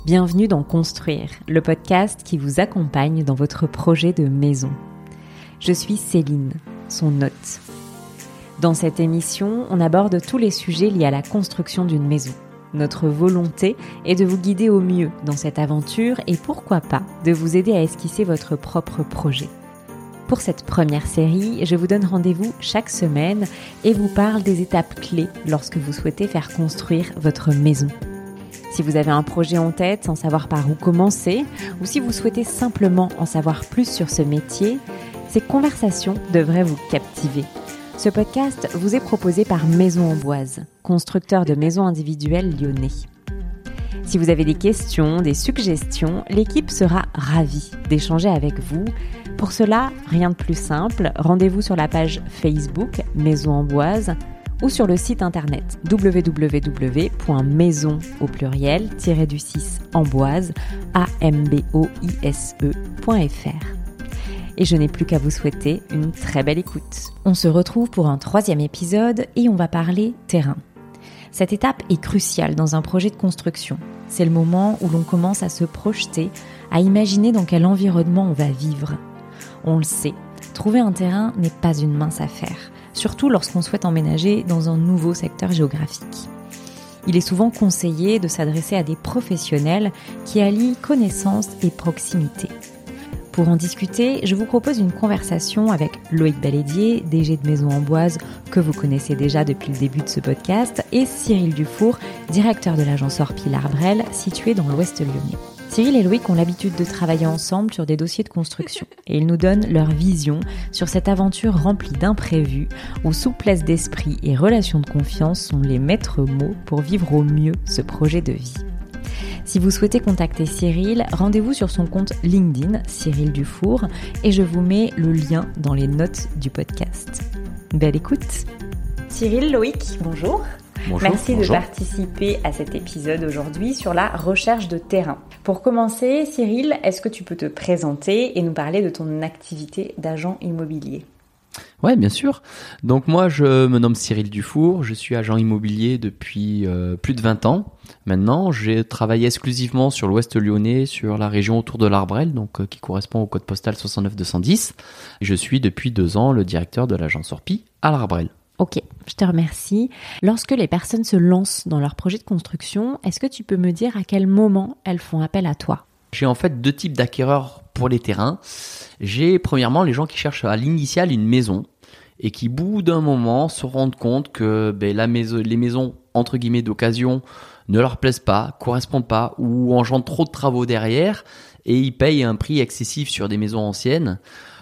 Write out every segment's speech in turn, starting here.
Bienvenue dans Construire, le podcast qui vous accompagne dans votre projet de maison. Je suis Céline, son hôte. Dans cette émission, on aborde tous les sujets liés à la construction d'une maison. Notre volonté est de vous guider au mieux dans cette aventure et pourquoi pas de vous aider à esquisser votre propre projet. Pour cette première série, je vous donne rendez-vous chaque semaine et vous parle des étapes clés lorsque vous souhaitez faire construire votre maison. Si vous avez un projet en tête sans savoir par où commencer, ou si vous souhaitez simplement en savoir plus sur ce métier, ces conversations devraient vous captiver. Ce podcast vous est proposé par Maison Amboise, constructeur de maisons individuelles lyonnais. Si vous avez des questions, des suggestions, l'équipe sera ravie d'échanger avec vous. Pour cela, rien de plus simple, rendez-vous sur la page Facebook Maison Amboise ou sur le site internet www.maison au pluriel-amboise amboise.fr. Et je n'ai plus qu'à vous souhaiter une très belle écoute. On se retrouve pour un 3e épisode et on va parler terrain. Cette étape est cruciale dans un projet de construction. C'est le moment où l'on commence à se projeter, à imaginer dans quel environnement on va vivre. On le sait, trouver un terrain n'est pas une mince affaire, surtout lorsqu'on souhaite emménager dans un nouveau secteur géographique. Il est souvent conseillé de s'adresser à des professionnels qui allient connaissance et proximité. Pour en discuter, je vous propose une conversation avec Loïc Balédier, DG de Maison Amboise, que vous connaissez déjà depuis le début de ce podcast, et Cyril Dufour, directeur de l'agence Orpi l'Arbrel, située dans l'Ouest lyonnais. Cyril et Loïc ont l'habitude de travailler ensemble sur des dossiers de construction et ils nous donnent leur vision sur cette aventure remplie d'imprévus où souplesse d'esprit et relation de confiance sont les maîtres mots pour vivre au mieux ce projet de vie. Si vous souhaitez contacter Cyril, rendez-vous sur son compte LinkedIn, Cyril Dufour, et je vous mets le lien dans les notes du podcast. Belle écoute. Cyril, Loïc, bonjour. Bonjour, Merci de participer à cet épisode aujourd'hui sur la recherche de terrain. Pour commencer, Cyril, est-ce que tu peux te présenter et nous parler de ton activité d'agent immobilier ? Ouais, bien sûr. Donc moi, je me nomme Cyril Dufour, je suis agent immobilier depuis plus de 20 ans. Maintenant, j'ai travaillé exclusivement sur l'Ouest lyonnais, sur la région autour de l'Arbrel, donc qui correspond au code postal 69210. Je suis depuis 2 ans le directeur de l'agence Orpi à l'Arbrel. Ok, je te remercie. Lorsque les personnes se lancent dans leur projet de construction, est-ce que tu peux me dire à quel moment elles font appel à toi ? J'ai en fait 2 types d'acquéreurs pour les terrains. J'ai premièrement les gens qui cherchent à l'initiale une maison et qui, au bout d'un moment, se rendent compte que les maisons entre guillemets d'occasion ne leur plaisent pas, correspondent pas ou engendrent trop de travaux derrière et ils payent un prix excessif sur des maisons anciennes.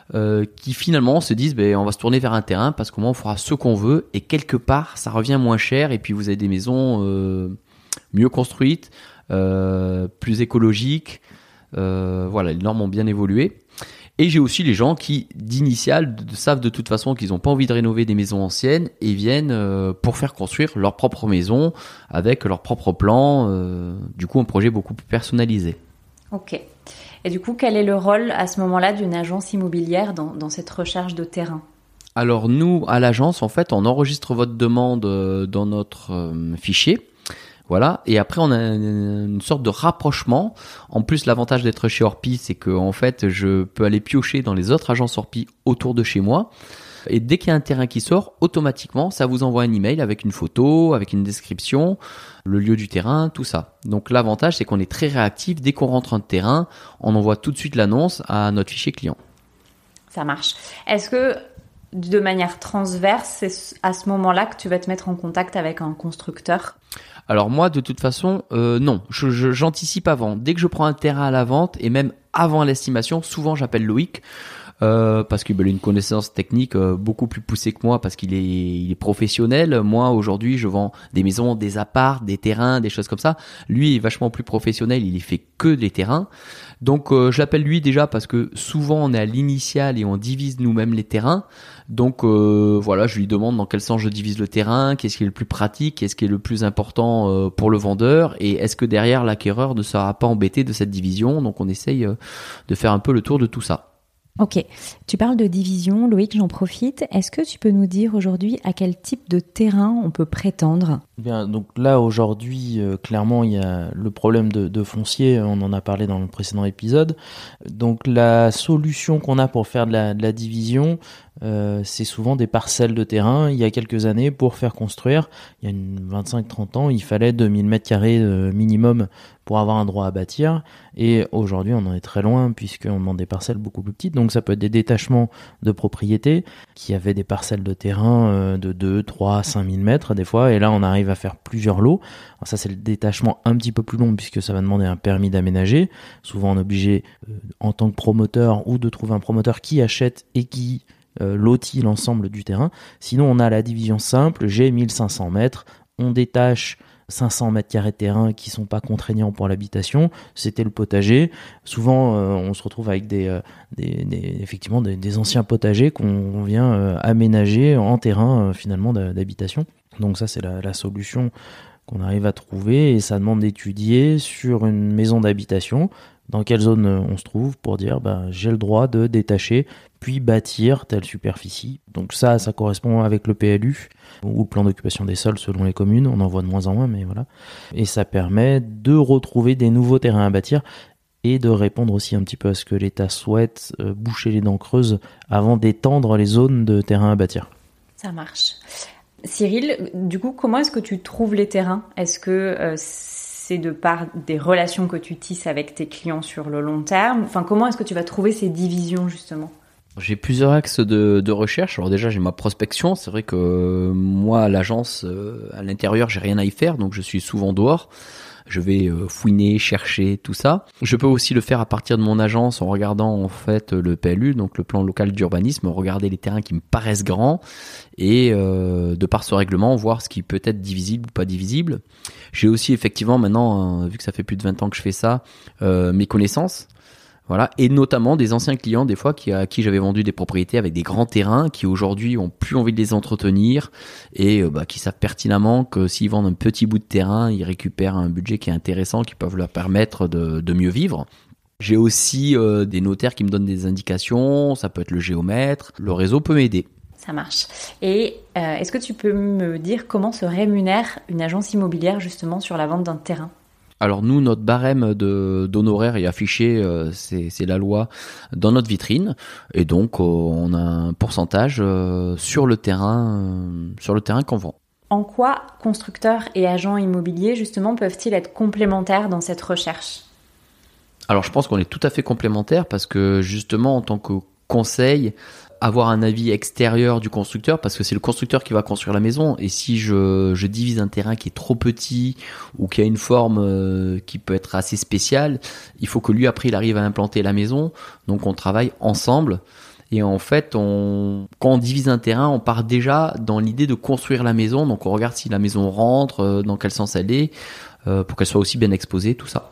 Qui finalement se disent on va se tourner vers un terrain parce qu'au moins on fera ce qu'on veut et quelque part ça revient moins cher et puis vous avez des maisons mieux construites, plus écologiques, voilà, les normes ont bien évolué. Et j'ai aussi les gens qui d'initial savent de toute façon qu'ils n'ont pas envie de rénover des maisons anciennes et viennent pour faire construire leur propre maison avec leur propre plan, du coup un projet beaucoup plus personnalisé. Ok. Et du coup, quel est le rôle à ce moment-là d'une agence immobilière dans cette recherche de terrain ? Alors nous, à l'agence, en fait, on enregistre votre demande dans notre fichier. Voilà. Et après, on a une sorte de rapprochement. En plus, l'avantage d'être chez Orpi, c'est que en fait, je peux aller piocher dans les autres agences Orpi autour de chez moi. Et dès qu'il y a un terrain qui sort, automatiquement, ça vous envoie un email avec une photo, avec une description, le lieu du terrain, tout ça. Donc l'avantage, c'est qu'on est très réactif. Dès qu'on rentre un terrain, on envoie tout de suite l'annonce à notre fichier client. Ça marche. Est-ce que de manière transverse, c'est à ce moment-là que tu vas te mettre en contact avec un constructeur ? Alors moi, de toute façon, non. J'anticipe avant. Dès que je prends un terrain à la vente et même avant l'estimation, souvent j'appelle Loïc. Parce qu'il a une connaissance technique beaucoup plus poussée que moi parce qu'il est professionnel. Moi aujourd'hui je vends des maisons, des apparts, des terrains, des choses comme ça. Lui est vachement plus professionnel, il fait que des terrains. Donc je l'appelle lui déjà parce que souvent on est à l'initiale et on divise nous-mêmes les terrains. Donc voilà, je lui demande dans quel sens je divise le terrain, qu'est-ce qui est le plus pratique, qu'est-ce qui est le plus important pour le vendeur et est-ce que derrière l'acquéreur ne sera pas embêté de cette division. Donc on essaye de faire un peu le tour de tout ça. Ok, tu parles de division, Loïc, j'en profite. Est-ce que tu peux nous dire aujourd'hui à quel type de terrain on peut prétendre ? Bien, donc là aujourd'hui, clairement, il y a le problème de foncier, on en a parlé dans le précédent épisode. Donc la solution qu'on a pour faire de la division, c'est souvent des parcelles de terrain. Il y a quelques années, pour faire construire, il y a 25-30 ans, il fallait 2000 mètres carrés minimum pour avoir un droit à bâtir. Et aujourd'hui, on en est très loin puisqu'on demande des parcelles beaucoup plus petites. Donc ça peut être des détachements de propriétés qui avaient des parcelles de terrain de 2, 3, 5000 mètres des fois. Et là, on arrive à faire plusieurs lots. Alors ça, c'est le détachement un petit peu plus long puisque ça va demander un permis d'aménager. Souvent, on est obligé, en tant que promoteur, ou de trouver un promoteur qui achète et qui lotit l'ensemble du terrain. Sinon, on a la division simple, j'ai 1500 mètres, on détache 500 mètres carrés de terrain qui sont pas contraignants pour l'habitation, c'était le potager. Souvent, on se retrouve avec effectivement des anciens potagers qu'on vient aménager en terrain finalement d'habitation. Donc ça, c'est la solution qu'on arrive à trouver, et ça demande d'étudier sur une maison d'habitation dans quelle zone on se trouve pour dire j'ai le droit de détacher puis bâtir telle superficie. Donc ça correspond avec le PLU ou le plan d'occupation des sols selon les communes, on en voit de moins en moins, mais voilà. Et ça permet de retrouver des nouveaux terrains à bâtir et de répondre aussi un petit peu à ce que l'État souhaite, boucher les dents creuses avant d'étendre les zones de terrains à bâtir. Ça marche. Cyril, du coup, comment est-ce que tu trouves les terrains ? Est-ce que c'est de par des relations que tu tisses avec tes clients sur le long terme ? Enfin, comment est-ce que tu vas trouver ces divisions, justement ? J'ai plusieurs axes de recherche. Alors déjà, j'ai ma prospection. C'est vrai que moi, à l'agence, à l'intérieur, j'ai rien à y faire, donc je suis souvent dehors. Je vais fouiner, chercher, tout ça. Je peux aussi le faire à partir de mon agence en regardant en fait le PLU, donc le plan local d'urbanisme, regarder les terrains qui me paraissent grands et de par ce règlement, voir ce qui peut être divisible ou pas divisible. J'ai aussi effectivement maintenant, vu que ça fait plus de 20 ans que je fais ça, mes connaissances. Voilà, et notamment des anciens clients des fois à qui j'avais vendu des propriétés avec des grands terrains qui aujourd'hui ont plus envie de les entretenir et qui savent pertinemment que s'ils vendent un petit bout de terrain, ils récupèrent un budget qui est intéressant, qui peuvent leur permettre de mieux vivre. J'ai aussi des notaires qui me donnent des indications, ça peut être le géomètre, le réseau peut m'aider. Ça marche. Et est-ce que tu peux me dire comment se rémunère une agence immobilière justement sur la vente d'un terrain ? Alors nous, notre barème d'honoraires est affiché, c'est la loi, dans notre vitrine, et donc on a un pourcentage sur le terrain qu'on vend. En quoi constructeurs et agents immobiliers justement peuvent-ils être complémentaires dans cette recherche ? Alors je pense qu'on est tout à fait complémentaires parce que justement en tant que conseil, avoir un avis extérieur du constructeur, parce que c'est le constructeur qui va construire la maison, et si je divise un terrain qui est trop petit ou qui a une forme qui peut être assez spéciale, il faut que lui après il arrive à implanter la maison, donc on travaille ensemble. Et en fait, quand on divise un terrain, on part déjà dans l'idée de construire la maison, donc on regarde si la maison rentre, dans quel sens elle est, pour qu'elle soit aussi bien exposée, tout ça.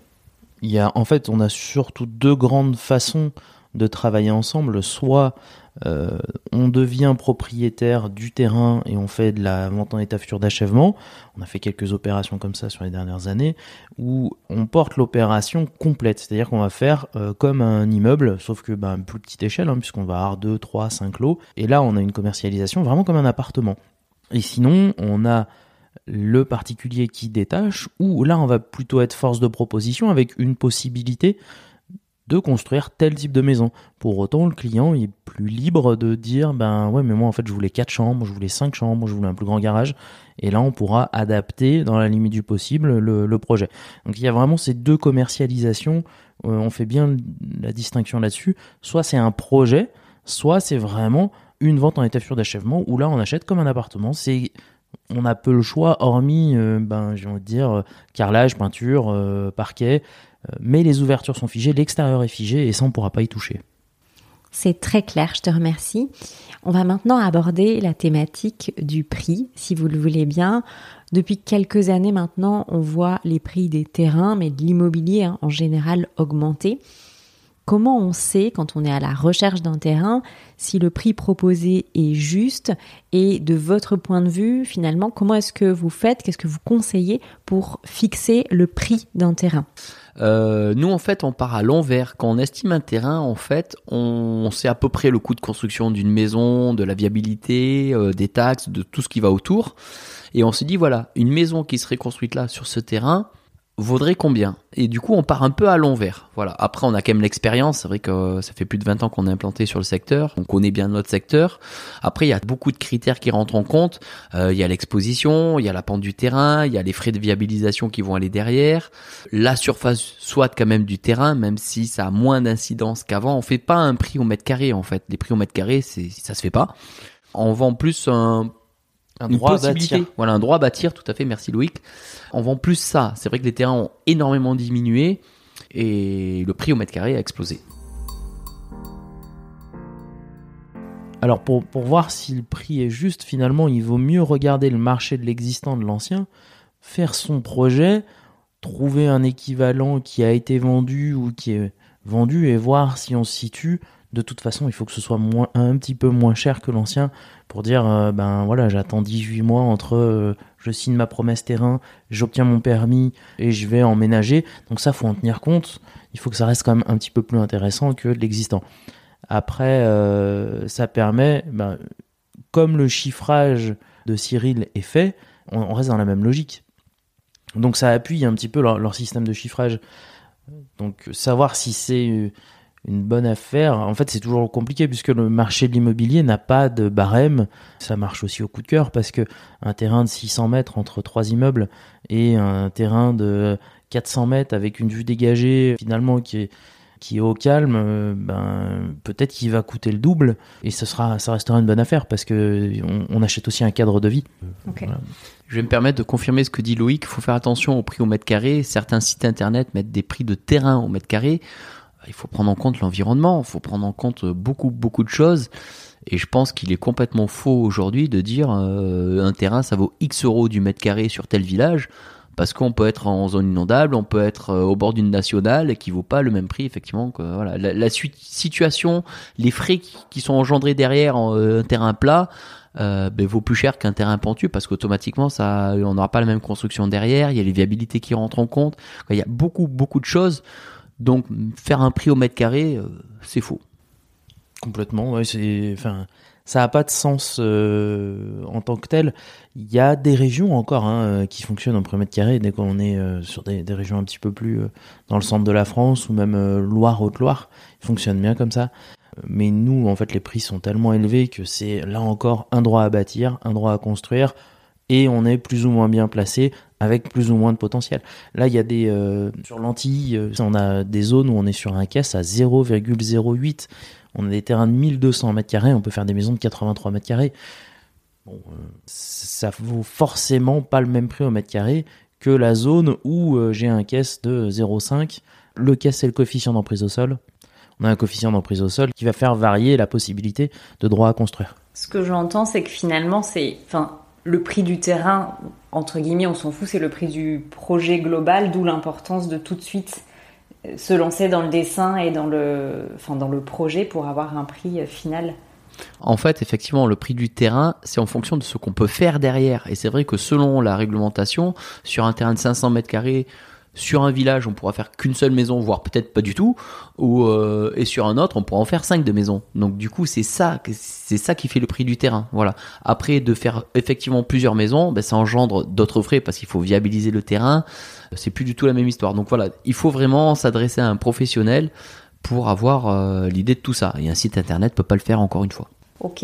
Okay. On a surtout deux grandes façons de travailler ensemble. Soit on devient propriétaire du terrain et on fait de la vente en état futur d'achèvement. On a fait quelques opérations comme ça sur les dernières années où on porte l'opération complète, c'est-à-dire qu'on va faire comme un immeuble, sauf que plus petite échelle, puisqu'on va avoir 2, 3, 5 lots, et là on a une commercialisation vraiment comme un appartement. Et sinon on a le particulier qui détache, où là on va plutôt être force de proposition avec une possibilité de construire tel type de maison. Pour autant, le client est plus libre de dire ouais, mais moi en fait je voulais 4 chambres, je voulais 5 chambres, je voulais un plus grand garage, et là on pourra adapter dans la limite du possible le projet. Donc il y a vraiment ces deux commercialisations, on fait bien la distinction là-dessus. Soit c'est un projet, soit c'est vraiment une vente en état futur d'achèvement où là on achète comme un appartement. On a peu le choix, hormis j'ai envie de dire carrelage, peinture, parquet, mais les ouvertures sont figées, l'extérieur est figé et ça on ne pourra pas y toucher. C'est très clair, je te remercie. On va maintenant aborder la thématique du prix, si vous le voulez bien. Depuis quelques années maintenant, on voit les prix des terrains, mais de l'immobilier en général augmenter. Comment on sait, quand on est à la recherche d'un terrain, si le prix proposé est juste, et de votre point de vue, finalement, comment est-ce que vous faites, qu'est-ce que vous conseillez pour fixer le prix d'un terrain ? Nous, en fait, on part à l'envers. Quand on estime un terrain, en fait, on sait à peu près le coût de construction d'une maison, de la viabilité, des taxes, de tout ce qui va autour. Et on se dit, voilà, une maison qui serait construite là, sur ce terrain, vaudrait combien? Et du coup, on part un peu à l'envers. Voilà. Après, on a quand même l'expérience. C'est vrai que ça fait plus de 20 ans qu'on est implanté sur le secteur. On connaît bien notre secteur. Après, il y a beaucoup de critères qui rentrent en compte. Il y a l'exposition, il y a la pente du terrain, il y a les frais de viabilisation qui vont aller derrière. La surface soit quand même du terrain, même si ça a moins d'incidence qu'avant. On fait pas un prix au mètre carré, en fait. Les prix au mètre carré, ça se fait pas. On vend plus une droit à possibilité. bâtir. Voilà, un droit à bâtir, tout à fait, merci Loïc. On vend plus ça. C'est vrai que les terrains ont énormément diminué et le prix au mètre carré a explosé. Alors pour voir si le prix est juste, finalement, il vaut mieux regarder le marché de l'existant, de l'ancien, faire son projet, trouver un équivalent qui a été vendu ou qui est vendu et voir si on se situe. De toute façon, il faut que ce soit un petit peu moins cher que l'ancien pour dire, voilà, j'attends 18 mois entre je signe ma promesse terrain, j'obtiens mon permis et je vais emménager. Donc ça, faut en tenir compte. Il faut que ça reste quand même un petit peu plus intéressant que l'existant. Après, ça permet, comme le chiffrage de Cyril est fait, on reste dans la même logique. Donc ça appuie un petit peu leur système de chiffrage. Donc savoir si c'est une bonne affaire, en fait c'est toujours compliqué puisque le marché de l'immobilier n'a pas de barème. Ça marche aussi au coup de cœur parce que un terrain de 600 mètres entre 3 immeubles et un terrain de 400 mètres avec une vue dégagée finalement qui est au calme, peut-être qu'il va coûter le double et ça restera une bonne affaire parce que on achète aussi un cadre de vie. Okay. Voilà. Je vais me permettre de confirmer ce que dit Loïc. Il faut faire attention au prix au mètre carré. Certains sites internet mettent des prix de terrain au mètre carré. Il faut prendre en compte l'environnement, il faut prendre en compte beaucoup de choses. Et je pense qu'il est complètement faux aujourd'hui de dire un terrain ça vaut X euros du mètre carré sur tel village, parce qu'on peut être en zone inondable, on peut être au bord d'une nationale et qui vaut pas le même prix effectivement. Que, voilà, la situation, les frais qui sont engendrés derrière un terrain plat vaut plus cher qu'un terrain pentu parce qu'automatiquement on n'aura pas la même construction derrière. Il y a les viabilités qui rentrent en compte. Il y a beaucoup de choses. Donc faire un prix au mètre carré, c'est faux. Complètement, ouais, ça n'a pas de sens en tant que tel. Il y a des régions encore qui fonctionnent en prix au mètre carré dès qu'on est sur des régions un petit peu plus dans le centre de la France ou même Loire, Haute-Loire, ils fonctionnent bien comme ça. Mais nous, en fait, les prix sont tellement élevés que c'est là encore un droit à bâtir, un droit à construire, et on est plus ou moins bien placé avec plus ou moins de potentiel. Là, il y a sur l'Antille, on a des zones où on est sur un caisse à 0,08. On a des terrains de 1200 mètres carrés, on peut faire des maisons de 83 mètres carrés. Bon, ça vaut forcément pas le même prix au mètre carré que la zone où j'ai un caisse de 0,5. Le caisse, c'est le coefficient d'emprise au sol. On a un coefficient d'emprise au sol qui va faire varier la possibilité de droit à construire. Ce que j'entends, c'est que finalement, le prix du terrain, entre guillemets, on s'en fout, c'est le prix du projet global, d'où l'importance de tout de suite se lancer dans le dessin et dans le projet pour avoir un prix final. En fait, effectivement, le prix du terrain, c'est en fonction de ce qu'on peut faire derrière. Et c'est vrai que selon la réglementation, sur un terrain de 500 mètres carrés, sur un village, on pourra faire qu'une seule maison, voire peut-être pas du tout, et sur un autre, on pourra en faire 5 de maisons. Donc du coup, c'est ça qui fait le prix du terrain. Voilà. Après, de faire effectivement plusieurs maisons, ça engendre d'autres frais parce qu'il faut viabiliser le terrain. C'est plus du tout la même histoire. Donc voilà, il faut vraiment s'adresser à un professionnel pour avoir l'idée de tout ça. Et un site internet peut pas le faire encore une fois. Ok.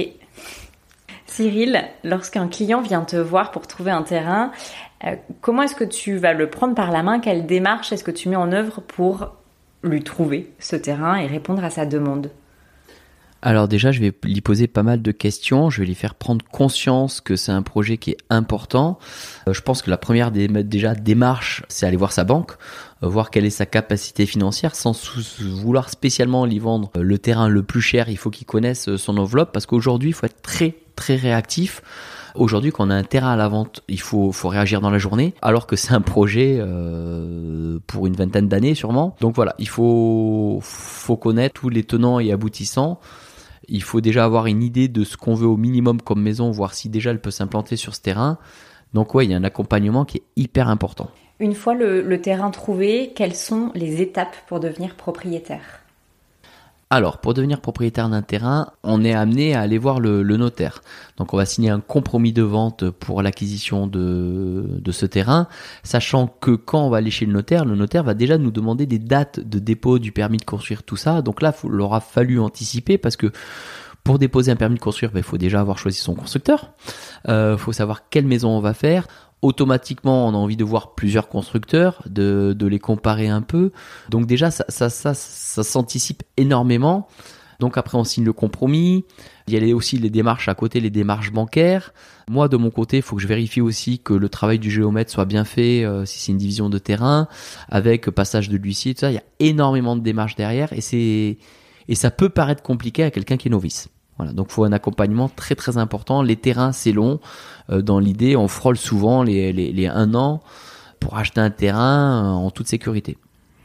Cyril, lorsqu'un client vient te voir pour trouver un terrain, comment est-ce que tu vas le prendre par la main? Quelle démarche est-ce que tu mets en œuvre pour lui trouver ce terrain et répondre à sa demande? Alors déjà, je vais lui poser pas mal de questions. Je vais lui faire prendre conscience que c'est un projet qui est important. Je pense que la première démarche, c'est aller voir sa banque, voir quelle est sa capacité financière, sans vouloir spécialement lui vendre le terrain le plus cher. Il faut qu'il connaisse son enveloppe parce qu'aujourd'hui, il faut être très très réactif. Aujourd'hui, quand on a un terrain à la vente, il faut réagir dans la journée, alors que c'est un projet pour une vingtaine d'années sûrement. Donc voilà, il faut connaître tous les tenants et aboutissants. Il faut déjà avoir une idée de ce qu'on veut au minimum comme maison, voir si déjà elle peut s'implanter sur ce terrain. Donc ouais, il y a un accompagnement qui est hyper important. Une fois le terrain trouvé, quelles sont les étapes pour devenir propriétaire ? Alors, pour devenir propriétaire d'un terrain, on est amené à aller voir le notaire. Donc, on va signer un compromis de vente pour l'acquisition de ce terrain, sachant que quand on va aller chez le notaire va déjà nous demander des dates de dépôt du permis de construire, tout ça. Donc là, il aura fallu anticiper parce que pour déposer un permis de construire, il faut déjà avoir choisi son constructeur. Faut savoir quelle maison on va faire. Automatiquement, on a envie de voir plusieurs constructeurs, de les comparer un peu. Donc déjà, ça s'anticipe énormément. Donc après, on signe le compromis. Il y a aussi les démarches à côté, les démarches bancaires. Moi, de mon côté, il faut que je vérifie aussi que le travail du géomètre soit bien fait, si c'est une division de terrain, avec passage de l'huissier, tout ça. Il y a énormément de démarches derrière et ça peut paraître compliqué à quelqu'un qui est novice. Voilà, donc il faut un accompagnement très très important. Les terrains, c'est long. Dans l'idée, on frôle souvent les 1 an pour acheter un terrain en toute sécurité.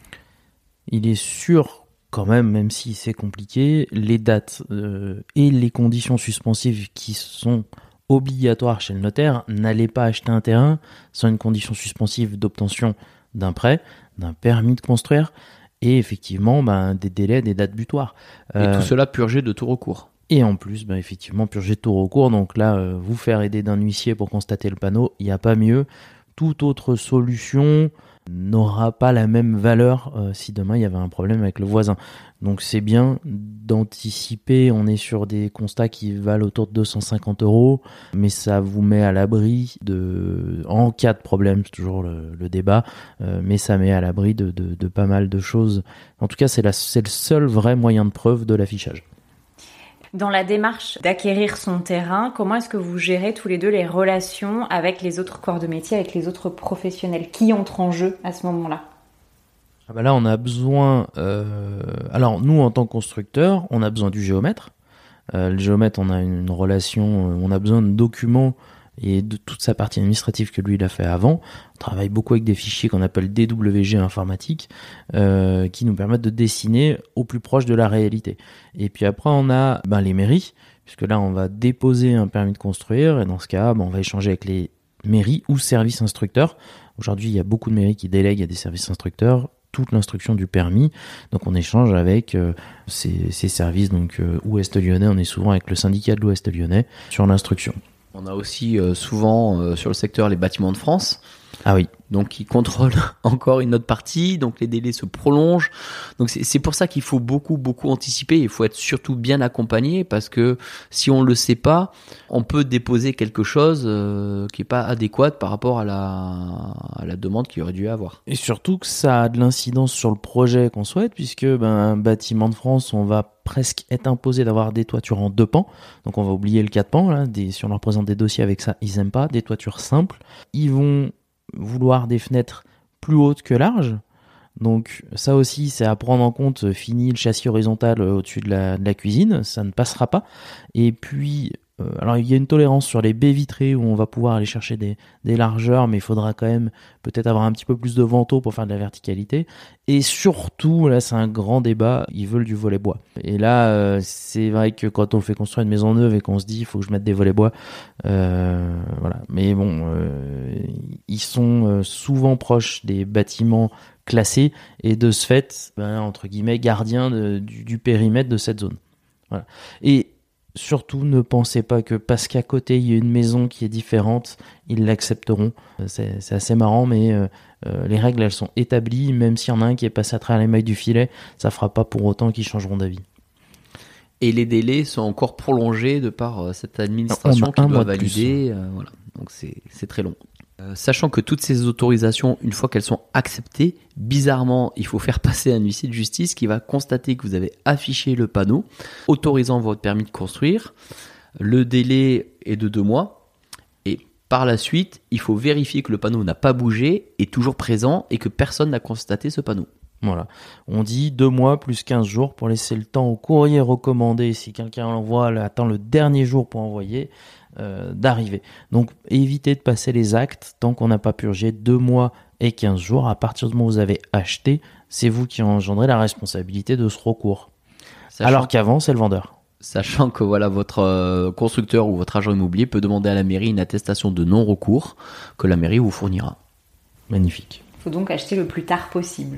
Il est sûr quand même si c'est compliqué, les dates et les conditions suspensives qui sont obligatoires chez le notaire. N'allez pas acheter un terrain sans une condition suspensive d'obtention d'un prêt, d'un permis de construire et effectivement des délais, des dates butoirs. Et tout cela purgé de tout recours. Et en plus, effectivement, purger tout recours. Donc là, vous faire aider d'un huissier pour constater le panneau, il n'y a pas mieux. Toute autre solution n'aura pas la même valeur si demain il y avait un problème avec le voisin. Donc c'est bien d'anticiper. On est sur des constats qui valent autour de 250 €, mais ça vous met à l'abri en cas de problème, c'est toujours le débat, mais ça met à l'abri de pas mal de choses. En tout cas, c'est le seul vrai moyen de preuve de l'affichage. Dans la démarche d'acquérir son terrain, comment est-ce que vous gérez tous les deux les relations avec les autres corps de métier, avec les autres professionnels qui entrent en jeu à ce moment-là ? Là, on a besoin... Alors, nous, en tant que constructeur, on a besoin du géomètre. Le géomètre, on a une relation... on a besoin de documents et de toute sa partie administrative que lui, il a fait avant. On travaille beaucoup avec des fichiers qu'on appelle DWG informatique, qui nous permettent de dessiner au plus proche de la réalité. Et puis après, on a les mairies, puisque là, on va déposer un permis de construire, et dans ce cas, on va échanger avec les mairies ou services instructeurs. Aujourd'hui, il y a beaucoup de mairies qui délèguent à des services instructeurs toute l'instruction du permis. Donc on échange avec ces services, donc Ouest Lyonnais, on est souvent avec le syndicat de l'Ouest Lyonnais sur l'instruction. On a aussi souvent sur le secteur les bâtiments de France. Ah oui. Donc ils contrôlent encore une autre partie, donc les délais se prolongent. Donc c'est pour ça qu'il faut beaucoup anticiper. Il faut être surtout bien accompagné parce que si on le sait pas, on peut déposer quelque chose qui est pas adéquat par rapport à la demande qu'il aurait dû avoir. Et surtout que ça a de l'incidence sur le projet qu'on souhaite, puisque un bâtiment de France, on va presque être imposé d'avoir des toitures en 2 pans. Donc on va oublier le 4 pans là. Si on leur présente des dossiers avec ça, ils aiment pas. Des toitures simples. Ils vont vouloir des fenêtres plus hautes que larges. Donc ça aussi, c'est à prendre en compte. Fini le châssis horizontal au-dessus de la cuisine, ça ne passera pas. Et puis, alors il y a une tolérance sur les baies vitrées où on va pouvoir aller chercher des largeurs, mais il faudra quand même peut-être avoir un petit peu plus de vantaux pour faire de la verticalité. Et surtout, là c'est un grand débat, ils veulent du volet bois. Et là, c'est vrai que quand on fait construire une maison neuve et qu'on se dit il faut que je mette des volets bois, voilà. Mais bon, ils sont souvent proches des bâtiments classés et de ce fait, entre guillemets, gardiens du périmètre de cette zone. Voilà. Et surtout, ne pensez pas que parce qu'à côté il y a une maison qui est différente, ils l'accepteront. C'est assez marrant, mais les règles elles sont établies. Même s'il y en a un qui est passé à travers les mailles du filet, ça fera pas pour autant qu'ils changeront d'avis. Et les délais sont encore prolongés de par cette administration qui doit valider. Voilà. Donc c'est très long. Sachant que toutes ces autorisations, une fois qu'elles sont acceptées, bizarrement, il faut faire passer un huissier de justice qui va constater que vous avez affiché le panneau autorisant votre permis de construire. Le délai est de 2 mois. Et par la suite, il faut vérifier que le panneau n'a pas bougé, est toujours présent et que personne n'a constaté ce panneau. Voilà. On dit 2 mois plus 15 jours pour laisser le temps au courrier recommandé, si quelqu'un l'envoie, attend le dernier jour pour envoyer, d'arriver. Donc évitez de passer les actes tant qu'on n'a pas purgé 2 mois et 15 jours. À partir du moment où vous avez acheté, c'est vous qui engendrez la responsabilité de ce recours. Alors qu'avant, c'est le vendeur. Sachant que voilà, votre constructeur ou votre agent immobilier peut demander à la mairie une attestation de non-recours que la mairie vous fournira. Magnifique. Il faut donc acheter le plus tard possible.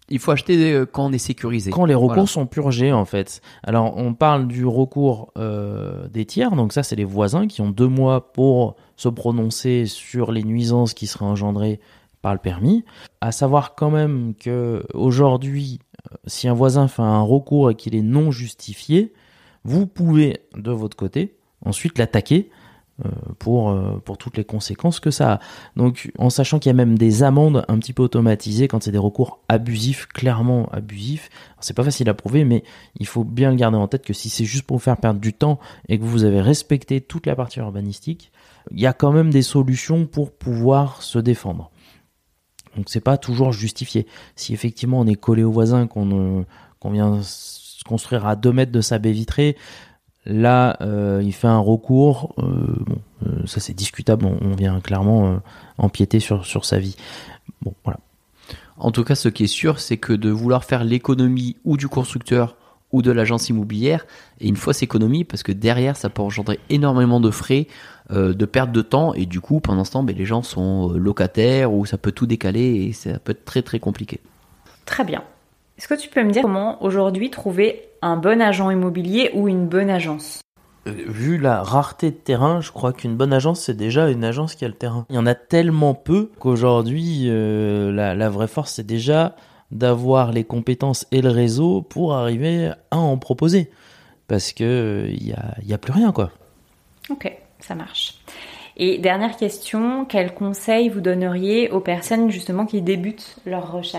Il faut acheter quand on est sécurisé. Quand les recours sont purgés, en fait. Alors, on parle du recours des tiers. Donc ça, c'est les voisins qui ont 2 mois pour se prononcer sur les nuisances qui seraient engendrées par le permis. À savoir quand même que aujourd'hui, si un voisin fait un recours et qu'il est non justifié, vous pouvez, de votre côté, ensuite l'attaquer pour toutes les conséquences que ça a. Donc, en sachant qu'il y a même des amendes un petit peu automatisées quand c'est des recours abusifs, clairement abusifs. Alors, c'est pas facile à prouver, mais il faut bien le garder en tête que si c'est juste pour vous faire perdre du temps et que vous avez respecté toute la partie urbanistique, il y a quand même des solutions pour pouvoir se défendre. Donc, c'est pas toujours justifié. Si effectivement on est collé au voisin, qu'on vient se construire à 2 mètres de sa baie vitrée, là, il fait un recours. Ça c'est discutable. On vient clairement empiéter sur sa vie. Bon, voilà. En tout cas, ce qui est sûr, c'est que de vouloir faire l'économie ou du constructeur ou de l'agence immobilière est une fausse économie parce que derrière, ça peut engendrer énormément de frais, de perte de temps et du coup, pendant ce temps, les gens sont locataires ou ça peut tout décaler et ça peut être très très compliqué. Très bien. Est-ce que tu peux me dire comment aujourd'hui trouver un bon agent immobilier ou une bonne agence ? Vu la rareté de terrain, je crois qu'une bonne agence, c'est déjà une agence qui a le terrain. Il y en a tellement peu qu'aujourd'hui, la vraie force, c'est déjà d'avoir les compétences et le réseau pour arriver à en proposer. Parce que il y a plus rien, quoi. Ok, ça marche. Et dernière question, quels conseils vous donneriez aux personnes justement qui débutent leur recherche ?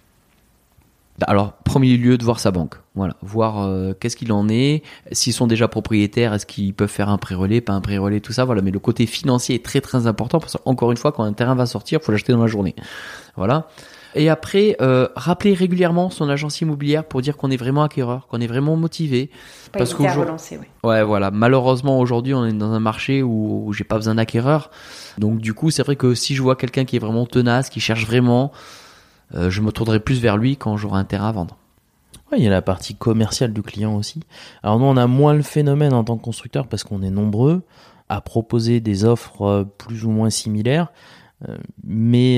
Alors, premier lieu, de voir sa banque. Voilà, voir qu'est-ce qu'il en est, s'ils sont déjà propriétaires, est-ce qu'ils peuvent faire un pré-relais, pas un pré-relais, tout ça. Voilà, mais le côté financier est très très important parce qu'encore une fois, quand un terrain va sortir, il faut l'acheter dans la journée. Voilà. Et après, rappeler régulièrement son agence immobilière pour dire qu'on est vraiment acquéreur, qu'on est vraiment motivé. Pas parce hésiter à relancer, oui. Ouais, voilà. Malheureusement, aujourd'hui, on est dans un marché où j'ai pas besoin d'acquéreur. Donc, du coup, c'est vrai que si je vois quelqu'un qui est vraiment tenace, qui cherche vraiment, je me tournerai plus vers lui quand j'aurai un terrain à vendre. Ouais, il y a la partie commerciale du client aussi. Alors nous, on a moins le phénomène en tant que constructeur parce qu'on est nombreux à proposer des offres plus ou moins similaires. Mais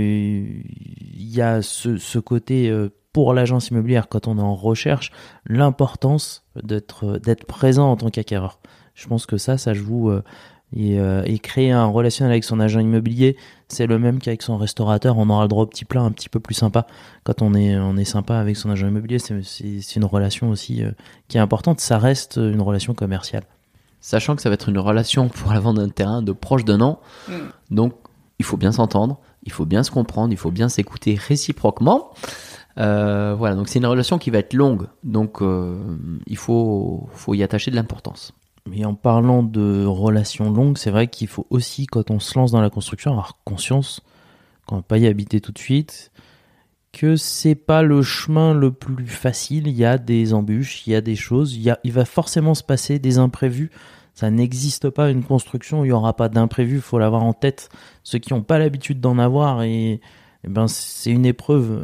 il y a ce côté pour l'agence immobilière quand on est en recherche, l'importance d'être présent en tant qu'acquéreur. Je pense que ça joue et créer un relationnel avec son agent immobilier, c'est le même qu'avec son restaurateur. On aura le droit au petit plat un petit peu plus sympa quand on est sympa avec son agent immobilier. C'est une relation aussi qui est importante. Ça reste une relation commerciale. Sachant que ça va être une relation pour la vente d'un terrain de proche d'1 an. Donc il faut bien s'entendre, il faut bien se comprendre, il faut bien s'écouter réciproquement. Voilà, donc c'est une relation qui va être longue, donc il faut y attacher de l'importance. Mais en parlant de relations longues, c'est vrai qu'il faut aussi, quand on se lance dans la construction, avoir conscience qu'on ne va pas y habiter tout de suite, que c'est pas le chemin le plus facile. Il y a des embûches, il y a des choses, il va forcément se passer des imprévus. Ça n'existe pas une construction où il n'y aura pas d'imprévu, il faut l'avoir en tête. Ceux qui n'ont pas l'habitude d'en avoir, et ben c'est une épreuve.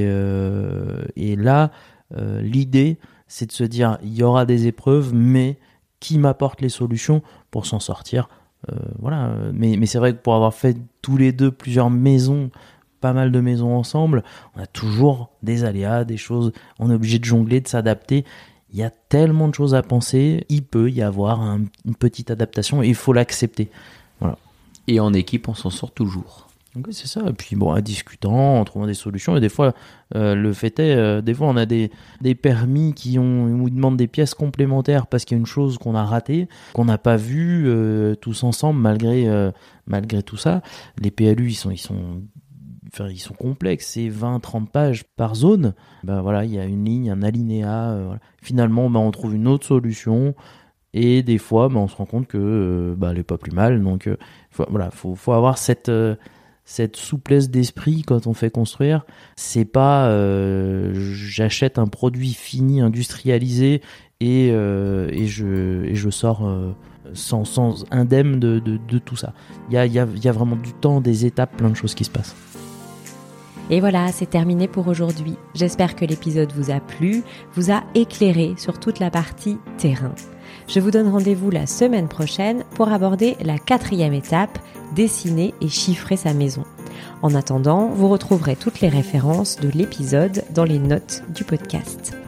Et là, l'idée, c'est de se dire, il y aura des épreuves, mais qui m'apporte les solutions pour s'en sortir. Voilà. Mais c'est vrai que pour avoir fait tous les deux plusieurs maisons, pas mal de maisons ensemble, on a toujours des aléas, des choses, on est obligé de jongler, de s'adapter. Il y a tellement de choses à penser, il peut y avoir une petite adaptation et il faut l'accepter. Voilà. Et en équipe, on s'en sort toujours. Donc, c'est ça. Et puis, bon, en discutant, en trouvant des solutions. Et des fois, le fait est, des fois, on a des permis où ils demandent des pièces complémentaires parce qu'il y a une chose qu'on a ratée, qu'on n'a pas vue tous ensemble, malgré tout ça. Les PLU, ils sont complexes, c'est 20-30 pages par zone. Ben voilà, il y a une ligne, un alinéa. Voilà. Finalement, on trouve une autre solution. Et des fois, on se rend compte que elle n'est pas plus mal. Donc, voilà, faut avoir cette souplesse d'esprit quand on fait construire. C'est pas j'achète un produit fini, industrialisé et je sors sans indemne de tout ça. Il y a vraiment du temps, des étapes, plein de choses qui se passent. Et voilà, c'est terminé pour aujourd'hui. J'espère que l'épisode vous a plu, vous a éclairé sur toute la partie terrain. Je vous donne rendez-vous la semaine prochaine pour aborder la 4e étape, dessiner et chiffrer sa maison. En attendant, vous retrouverez toutes les références de l'épisode dans les notes du podcast.